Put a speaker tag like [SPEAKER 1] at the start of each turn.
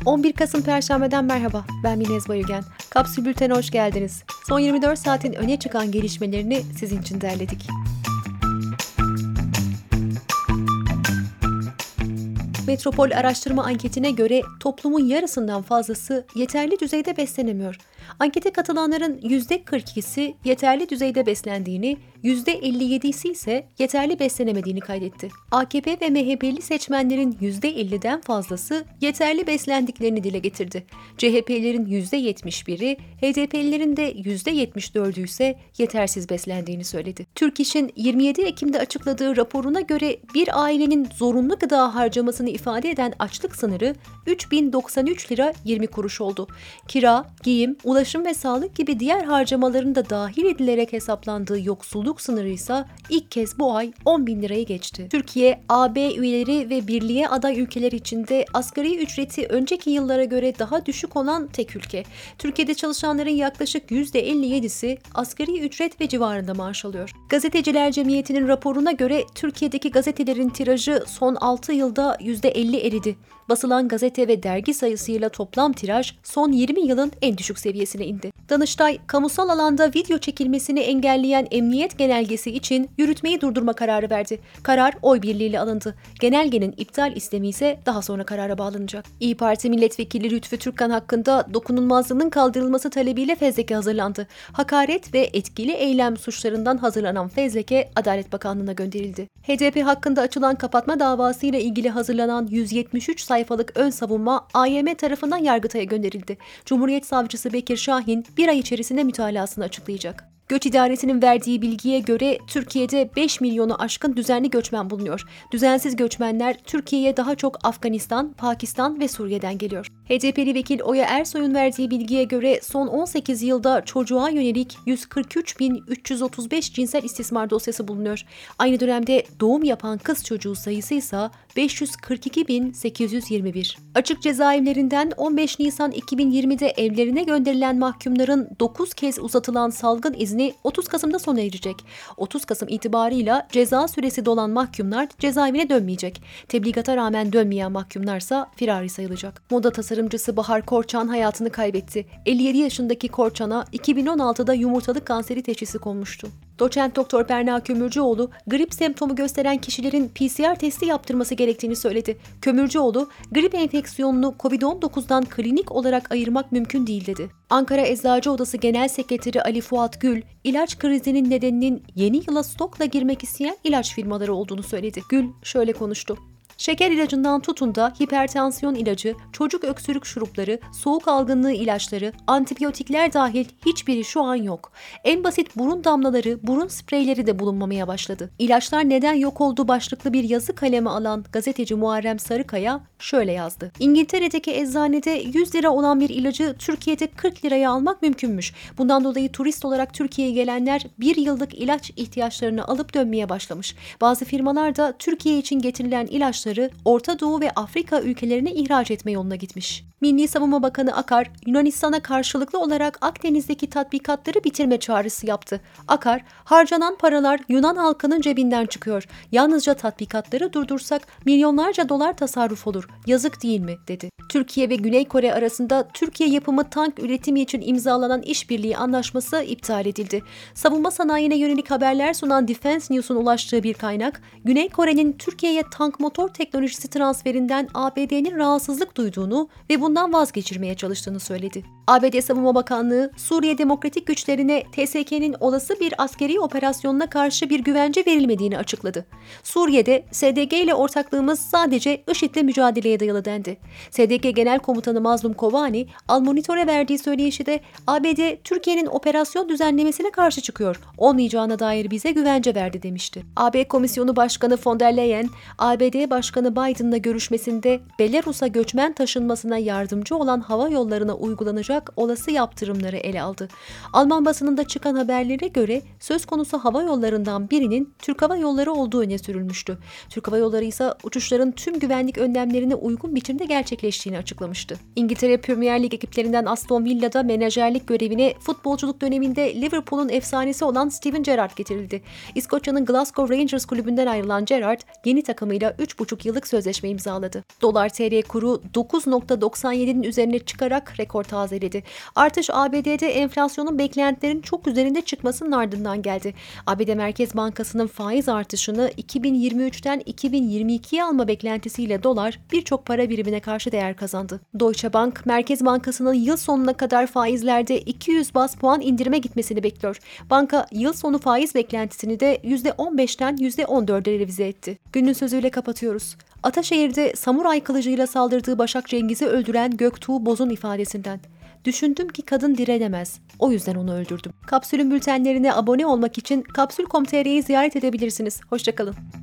[SPEAKER 1] 11 Kasım Perşembe'den merhaba, ben Minez Bayülgen. Kapsül Bülten'e hoş geldiniz. Son 24 saatin öne çıkan gelişmelerini sizin için derledik. Metropol Araştırma Anketi'ne göre toplumun yarısından fazlası yeterli düzeyde beslenemiyor. Ankete katılanların %42'si yeterli düzeyde beslendiğini, %57'si ise yeterli beslenemediğini kaydetti. AKP ve MHP'li seçmenlerin %50'den fazlası yeterli beslendiklerini dile getirdi. CHP'lilerin %71'i, HDP'lilerin de %74'ü ise yetersiz beslendiğini söyledi. Türk İş'in 27 Ekim'de açıkladığı raporuna göre bir ailenin zorunlu gıda harcamasını ifade eden açlık sınırı 3093 lira 20 kuruş oldu. Kira, giyim, ulaşım ve sağlık gibi diğer harcamaların da dahil edilerek hesaplandığı yoksulluk sınırı ise ilk kez bu ay 10 bin lirayı geçti. Türkiye, AB üyeleri ve birliğe aday ülkeler içinde asgari ücreti önceki yıllara göre daha düşük olan tek ülke. Türkiye'de çalışanların yaklaşık %57'si asgari ücret ve civarında maaş alıyor. Gazeteciler Cemiyeti'nin raporuna göre Türkiye'deki gazetelerin tirajı son 6 yılda %50 eridi. Basılan gazete ve dergi sayısıyla toplam tiraj son 20 yılın en düşük seviyesine indi. Danıştay, kamusal alanda video çekilmesini engelleyen emniyet genelgesi için yürütmeyi durdurma kararı verdi. Karar oy birliğiyle alındı. Genelgenin iptal istemi ise daha sonra karara bağlanacak. İYİ Parti Milletvekili Lütfü Türkkan hakkında dokunulmazlığının kaldırılması talebiyle fezleke hazırlandı. Hakaret ve etkili eylem suçlarından hazırlanan fezleke Adalet Bakanlığı'na gönderildi. HDP hakkında açılan kapatma davasıyla ilgili hazırlanan 173 sayfalık ön savunma AYM tarafından Yargıtay'a gönderildi. Cumhuriyet Savcısı Bekir Şahin bir ay içerisinde mütalasını açıklayacak. Göç İdaresi'nin verdiği bilgiye göre Türkiye'de 5 milyonu aşkın düzenli göçmen bulunuyor. Düzensiz göçmenler Türkiye'ye daha çok Afganistan, Pakistan ve Suriye'den geliyor. HDP'li vekil Oya Ersoy'un verdiği bilgiye göre son 18 yılda çocuğa yönelik 143.335 cinsel istismar dosyası bulunuyor. Aynı dönemde doğum yapan kız çocuğu sayısı ise 542.821. Açık cezaevlerinden 15 Nisan 2020'de evlerine gönderilen mahkumların 9 kez uzatılan salgın izni 30 Kasım'da sona erecek. 30 Kasım itibarıyla ceza süresi dolan mahkumlar cezaevine dönmeyecek. Tebligata rağmen dönmeyen mahkumlarsa firari sayılacak. Moda tasarımcısı Bahar Korçan hayatını kaybetti. 57 yaşındaki Korçan'a 2016'da yumurtalık kanseri teşhisi konmuştu. Doçent Doktor Berna Kömürcüoğlu, grip semptomu gösteren kişilerin PCR testi yaptırması gerektiğini söyledi. Kömürcüoğlu, grip enfeksiyonunu COVID-19'dan klinik olarak ayırmak mümkün değil dedi. Ankara Eczacı Odası Genel Sekreteri Ali Fuat Gül, ilaç krizinin nedeninin yeni yıla stokla girmek isteyen ilaç firmaları olduğunu söyledi. Gül şöyle konuştu. Şeker ilacından tutun da hipertansiyon ilacı, çocuk öksürük şurupları, soğuk algınlığı ilaçları, antibiyotikler dahil hiçbiri şu an yok. En basit burun damlaları, burun spreyleri de bulunmamaya başladı. İlaçlar neden yok oldu başlıklı bir yazı kaleme alan gazeteci Muharrem Sarıkaya şöyle yazdı. İngiltere'deki eczanede 100 lira olan bir ilacı Türkiye'de 40 liraya almak mümkünmüş. Bundan dolayı turist olarak Türkiye'ye gelenler bir yıllık ilaç ihtiyaçlarını alıp dönmeye başlamış. Bazı firmalar da Türkiye için getirilen ilaçları Orta Doğu ve Afrika ülkelerine ihraç etme yoluna gitmiş. Milli Savunma Bakanı Akar, Yunanistan'a karşılıklı olarak Akdeniz'deki tatbikatları bitirme çağrısı yaptı. Akar, harcanan paralar Yunan halkının cebinden çıkıyor. Yalnızca tatbikatları durdursak milyonlarca dolar tasarruf olur. Yazık değil mi? Dedi. Türkiye ve Güney Kore arasında Türkiye yapımı tank üretimi için imzalanan işbirliği anlaşması iptal edildi. Savunma sanayine yönelik haberler sunan Defense News'un ulaştığı bir kaynak, Güney Kore'nin Türkiye'ye tank motor teknolojisi transferinden ABD'nin rahatsızlık duyduğunu ve bundan vazgeçirmeye çalıştığını söyledi. ABD Savunma Bakanlığı, Suriye Demokratik Güçlerine TSK'nin olası bir askeri operasyonuna karşı bir güvence verilmediğini açıkladı. Suriye'de SDG ile ortaklığımız sadece IŞİD'le mücadeleye dayalı dendi. SDG Genel Komutanı Mazlum Kovani, Al Monitor'e verdiği söyleyişi ABD, Türkiye'nin operasyon düzenlemesine karşı çıkıyor, olmayacağına dair bize güvence verdi demişti. AB Komisyonu Başkanı von der Leyen, ABD Başkanı Biden'la görüşmesinde Belarus'a göçmen taşınmasına yardımcı olan hava yollarına uygulanacak olası yaptırımları ele aldı. Alman basınında çıkan haberlere göre söz konusu hava yollarından birinin Türk Hava Yolları olduğu öne sürülmüştü. Türk Hava Yolları ise uçuşların tüm güvenlik önlemlerine uygun biçimde gerçekleştiğini açıklamıştı. İngiltere Premier Lig ekiplerinden Aston Villa'da menajerlik görevine futbolculuk döneminde Liverpool'un efsanesi olan Steven Gerrard getirildi. İskoçya'nın Glasgow Rangers kulübünden ayrılan Gerrard, yeni takımıyla 3,5 yıllık sözleşme imzaladı. Dolar TL kuru 9.97 %97'nin üzerine çıkarak rekor tazeledi. Artış ABD'de enflasyonun beklentilerin çok üzerinde çıkmasının ardından geldi. ABD Merkez Bankası'nın faiz artışını 2023'ten 2022'ye alma beklentisiyle dolar birçok para birimine karşı değer kazandı. Deutsche Bank, Merkez Bankası'nın yıl sonuna kadar faizlerde 200 baz puan indirime gitmesini bekliyor. Banka yıl sonu faiz beklentisini de %15'ten %14'e revize etti. Günün sözüyle kapatıyoruz. Ataşehir'de samuray kılıcıyla saldırdığı Başak Cengiz'i öldüren Göktuğ Boz'un ifadesinden. Düşündüm ki kadın direnemez. O yüzden onu öldürdüm. Kapsül'ün bültenlerine abone olmak için Kapsül.com.tr'yi ziyaret edebilirsiniz. Hoşça kalın.